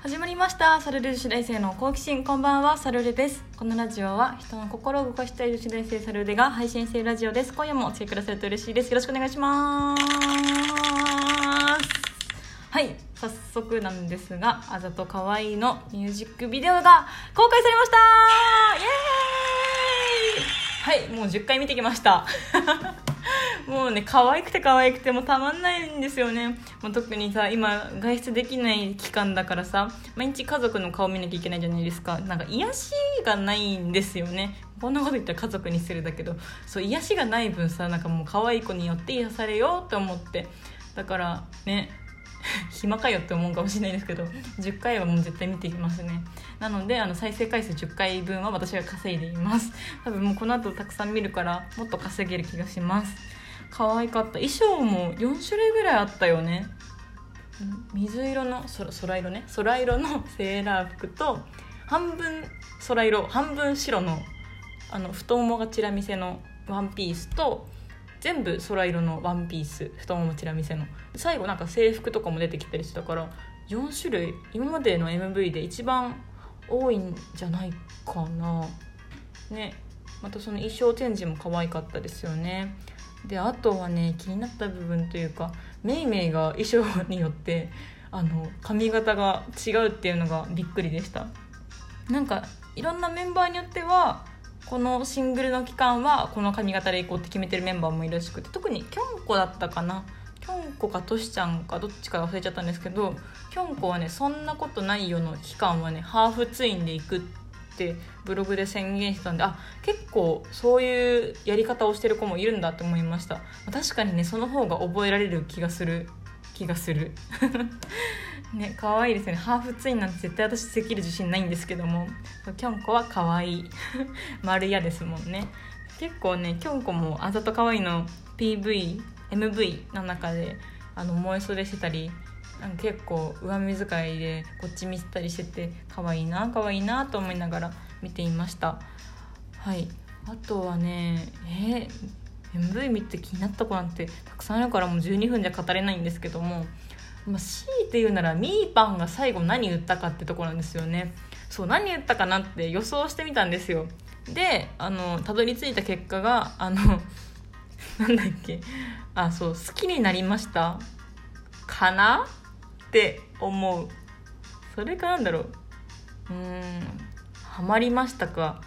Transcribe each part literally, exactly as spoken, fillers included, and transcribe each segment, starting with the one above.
始まりました。サルル女子大生の好奇心。こんばんは、サルルです。このラジオは人の心を動かしたい女子大生サルルが配信しているラジオです。今夜もお付き合いくださると嬉しいです。よろしくお願いします。はい、早速なんですが、あざとかわいいのミュージックビデオが公開されました。イエーイ。はい、もうじゅっかい見てきましたもうね、可愛くて可愛くてもうたまんないんですよね。もう特にさ、今外出できない期間だからさ、毎日家族の顔見なきゃいけないじゃないですか。なんか癒しがないんですよね。こんなこと言ったら家族にするだけど、そう癒しがない分さ、なんかもう可愛い子によって癒されようって思って、だからね暇かよって思うかもしれないですけど、じゅっかいはもう絶対見ていきますね。なのであの再生回数じゅっかいぶんは私が稼いでいます。多分もうこの後たくさん見るからもっと稼げる気がします。可愛かった。衣装もよんしゅるいぐらいあったよね。水色の空色ね空色のセーラー服と、半分空色半分白のあの太ももがチラ見せのワンピースと、全部空色のワンピース太ももチラ見せの、最後なんか制服とかも出てきたりしたから、よんしゅるい、今までの エムブイ で一番多いんじゃないかなね。またその衣装展示も可愛かったですよね。で、あとはね、気になった部分というか、メイメイが衣装によってあの髪型が違うっていうのがびっくりでした。なんかいろんなメンバーによってはこのシングルの期間はこの髪型でいこうって決めてるメンバーもいるらしくて、特にきょんこだったかな、きょんこかとしちゃんかどっちか忘れちゃったんですけど、きょんこはね、そんなことないよの期間はねハーフツインで行くってブログで宣言してたんで、あ、結構そういうやり方をしてる子もいるんだって思いました。確かにね、その方が覚えられる気がする気がするね、可愛いですね。ハーフツインなんて絶対私できる自信ないんですけども、きょんこは可愛い丸嫌ですもんね。結構ね、きょんこもあざと可愛いの ピーブイ、エムブイ の中であの萌え袖してたり、なんか結構上目遣いでこっち見せたりしてて、可愛いな可愛いなと思いながら見ていました。はい。あとはね、えー、エムブイ 見て気になった子なんてたくさんあるからもうじゅうにふんじゃ語れないんですけども、まあ、強いて言うならみーぱんが最後何言ったかってところなんですよね。そう、何言ったかなって予想してみたんですよ。で、あのたどり着いた結果があのなんだっけ、あ、そう、好きになりましたかなって思う。それかなんだろう、うーんハマりましたか、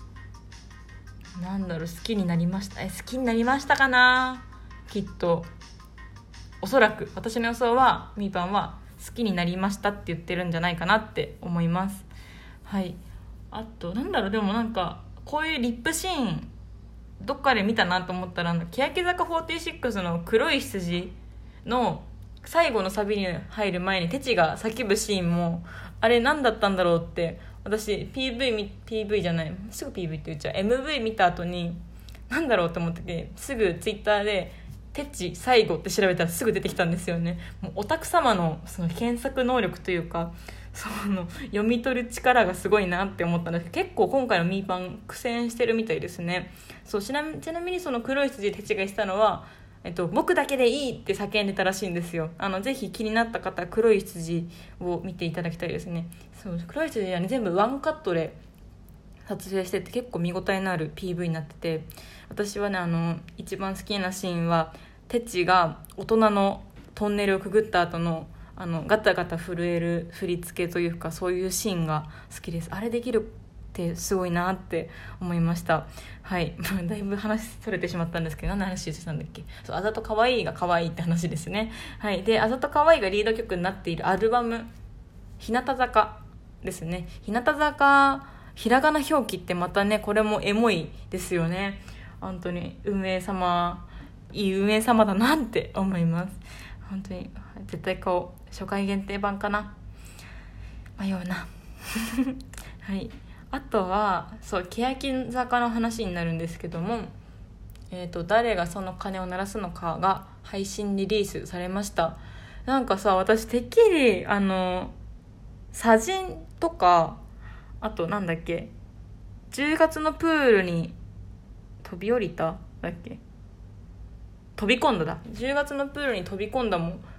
なんだろう、好きになりました、え好きになりましたかな。きっとおそらく私の予想はみーぱんは好きになりましたって言ってるんじゃないかなって思います。はい。あとなんだろう、でもなんかこういうリップシーンどっかで見たなと思ったら、欅坂フォーティーシックスの黒い羊の最後のサビに入る前にテチが叫ぶシーンも、あれ何だったんだろうって、私 ピーブイ, ピーブイじゃないすぐ ピーブイ って言っちゃう エムブイ 見た後に何だろうと思ってて、すぐツイッターでテチ最後って調べたらすぐ出てきたんですよね。もうオタク様のその検索能力というか、その読み取る力がすごいなって思ったんですけど、結構今回のミーパン苦戦してるみたいですね。そう、ちなみ、ちなみにその黒い筋でテチがしたのは、えっと、僕だけでいいって叫んでたらしいんですよ。あのぜひ気になった方は黒い筋を見ていただきたいですね。そう、黒い筋はね、全部ワンカットで撮影してて結構見応えのある ピーブイ になってて、私はね、あの一番好きなシーンはテチが大人のトンネルをくぐった後のあのガタガタ震える振り付けというか、そういうシーンが好きです。あれできるってすごいなって思いました。はい。だいぶ話それてしまったんですけど、何の話してたんだっけ。そう、あざとかわいいが可愛いって話ですね。はい。で、あざとかわいいがリード曲になっているアルバム日向坂ですね。日向坂ひらがな表記ってまたね、これもエモいですよね。本当に運営様、いい運営様だなって思います。本当に絶対買おう。初回限定版かな、迷うなはい。あとはそう、欅坂の話になるんですけども、えーと、誰がその鐘を鳴らすのかが配信リリースされました。なんかさ、私てっきりあのサジンとか、あとなんだっけ、じゅうがつのプールに飛び降りただっけ飛び込んだだじゅうがつのプールに飛び込んだも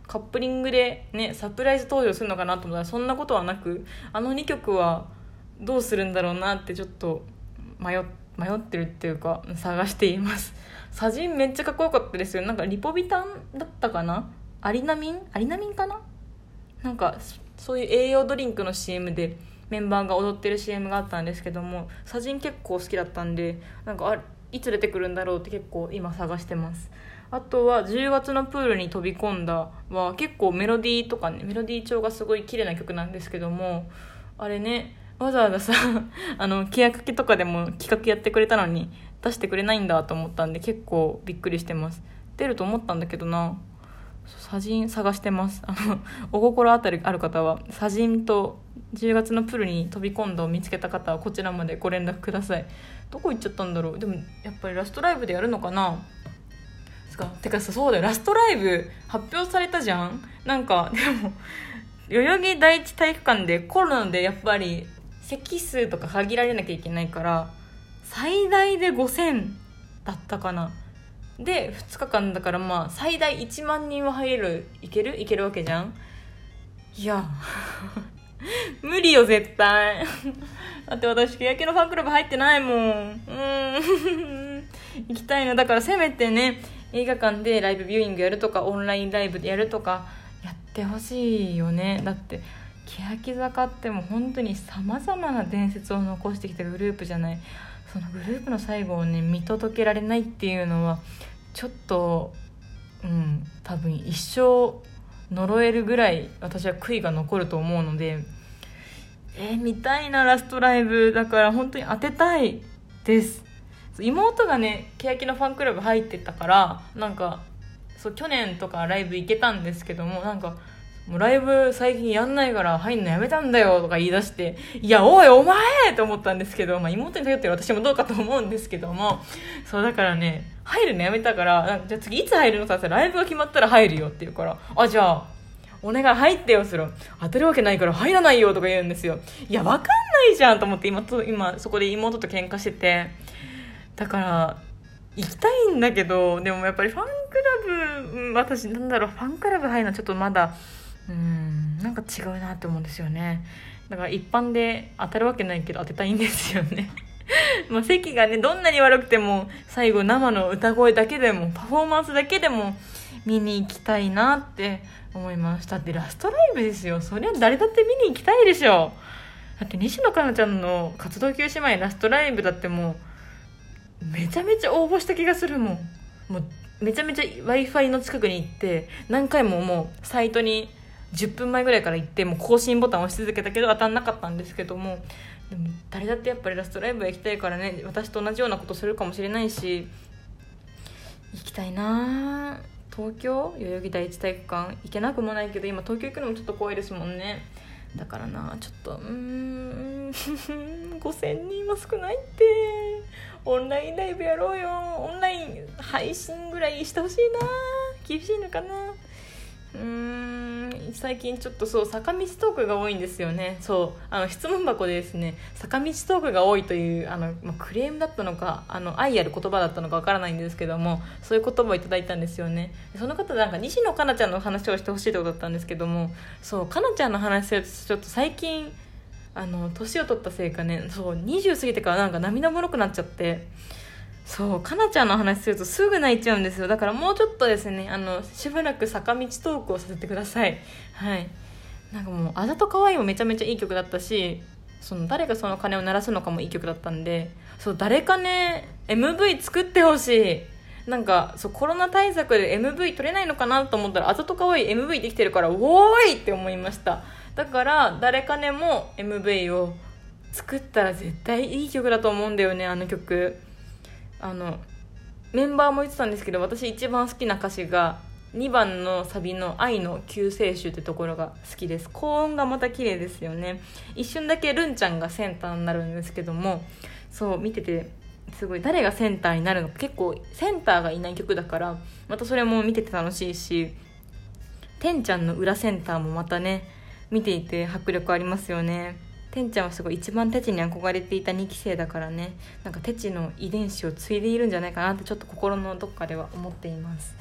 カップリングでねサプライズ登場するのかなと思ったらそんなことはなく、あのにきょくはどうするんだろうなってちょっと迷迷ってるっていうか探しています。サジンめっちゃかっこよかったですよ。なんかリポビタンだったかな、アリナミンアリナミンかな、なんかそういう栄養ドリンクの シーエム でメンバーが踊ってる シーエム があったんですけども、サジン結構好きだったんで、なんかあいつ出てくるんだろうって結構今探してます。あとはじゅうがつのプールに飛び込んだは結構メロディーとかね、メロディー調がすごい綺麗な曲なんですけども、あれねわざわざさあの契約とかでも企画やってくれたのに出してくれないんだと思ったんで結構びっくりしてます。出ると思ったんだけどな。サジン探してます。あのお心当たりある方はサジンとじゅうがつのプールに飛び込んだを見つけた方はこちらまでご連絡ください。どこ行っちゃったんだろう。でもやっぱりラストライブでやるのかな。てかさ、そうだよ、ラストライブ発表されたじゃん。なんかでも代々木第一体育館でコロナでやっぱり席数とか限られなきゃいけないから最大でごせんだったかな。でふつかかんだからまあ最大いちまんにんは入れる、いけるいけるわけじゃん。いや無理よ絶対だって私欅のファンクラブ入ってないもん。うん行きたいのだから、せめてね映画館でライブビューイングやるとかオンラインライブでやるとかやってほしいよね。だって欅坂ってもう本当にさまざまな伝説を残してきたグループじゃない。そのグループの最後をね見届けられないっていうのはちょっとうん多分一生呪えるぐらい私は悔いが残ると思うので、えー、見たいなラストライブ。だから本当に当てたいです。妹がね欅のファンクラブ入ってたからなんかそう去年とかライブ行けたんですけども、なんかもうライブ最近やんないから入んのやめたんだよとか言い出して、いやおいお前って思ったんですけど、まあ、妹に頼ってる私もどうかと思うんですけども、そうだからね入るのやめたから、なんかじゃあ次いつ入るのって言ったらライブが決まったら入るよって言うから、あじゃあお願い入ってよ。する当てるわけないから入らないよとか言うんですよ。いやわかんないじゃんと思って今と今そこで妹と喧嘩してて、だから行きたいんだけど、でもやっぱりファンクラブ、うん、私なんだろうファンクラブ入るのはちょっとまだうーんなんか違うなって思うんですよね。だから一般で当たるわけないけど当てたいんですよねまあ席がねどんなに悪くても最後生の歌声だけでもパフォーマンスだけでも見に行きたいなって思いました。だってラストライブですよ。そりゃ誰だって見に行きたいでしょ。だって西野カナちゃんの活動休止前ラストライブだってもうめちゃめちゃ応募した気がするもん。もうめちゃめちゃ Wi-Fi の近くに行って何回ももうサイトにじゅっぷんまえぐらいから行ってもう更新ボタンを押し続けたけど当たんなかったんですけども、でも誰だってやっぱりラストライブは行きたいからね、私と同じようなことするかもしれないし行きたいな。東京代々木第一体育館行けなくもないけど今東京行くのもちょっと怖いですもんね。だからなちょっとうーんごせんにんは少ないって。オンラインライブやろうよ。オンライン配信ぐらいしてほしいな。厳しいのかな。うーん最近ちょっとそう坂道トークが多いんですよね。そうあの質問箱でですね坂道トークが多いというあの、まあ、クレームだったのかあの愛ある言葉だったのかわからないんですけども、そういう言葉をいただいたんですよね。その方なんか西野カナちゃんの話をしてほしいってことだったんですけども、そうカナちゃんの話するとちょっと最近あの年を取ったせいかね、そうにじゅう過ぎてからなんか涙もろくなっちゃって、そうかなちゃんの話するとすぐ泣いちゃうんですよ。だからもうちょっとですねあのしばらく坂道トークをさせてください。はいなんかもうあざとかわいいもめちゃめちゃいい曲だったし、その誰がその鐘を鳴らすのかもいい曲だったんで、そう誰かね エムブイ 作ってほしい。なんかそうコロナ対策で エムブイ 撮れないのかなと思ったらあざとかわいい エムブイ できてるからおーいって思いました。だから誰かねも エムブイ を作ったら絶対いい曲だと思うんだよね。あの曲あのメンバーも言ってたんですけど、私一番好きな歌詞がにばんのサビの愛の救世主ってところが好きです。高音がまた綺麗ですよね。一瞬だけルンちゃんがセンターになるんですけども、そう見ててすごい誰がセンターになるのか、結構センターがいない曲だからまたそれも見てて楽しいし、てんちゃんの裏センターもまたね見ていて迫力ありますよね。てんちゃんはすごい一番テチに憧れていたにき生だからね、なんかテチの遺伝子を継いでいるんじゃないかなってちょっと心のどっかでは思っています。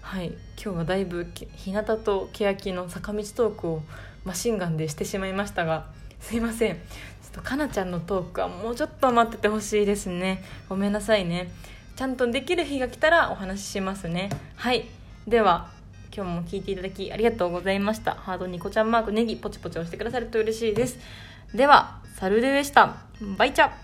はい、今日はだいぶ日向と欅の坂道トークをマシンガンでしてしまいましたが、すいません。ちょっとかなちゃんのトークはもうちょっと待っててほしいですね。ごめんなさいね。ちゃんとできる日が来たらお話ししますね。はい、では今日も聞いていただきありがとうございました。ハートニコちゃんマークネギポチポチ押してくださると嬉しいです。ではサルデでした。バイチャ。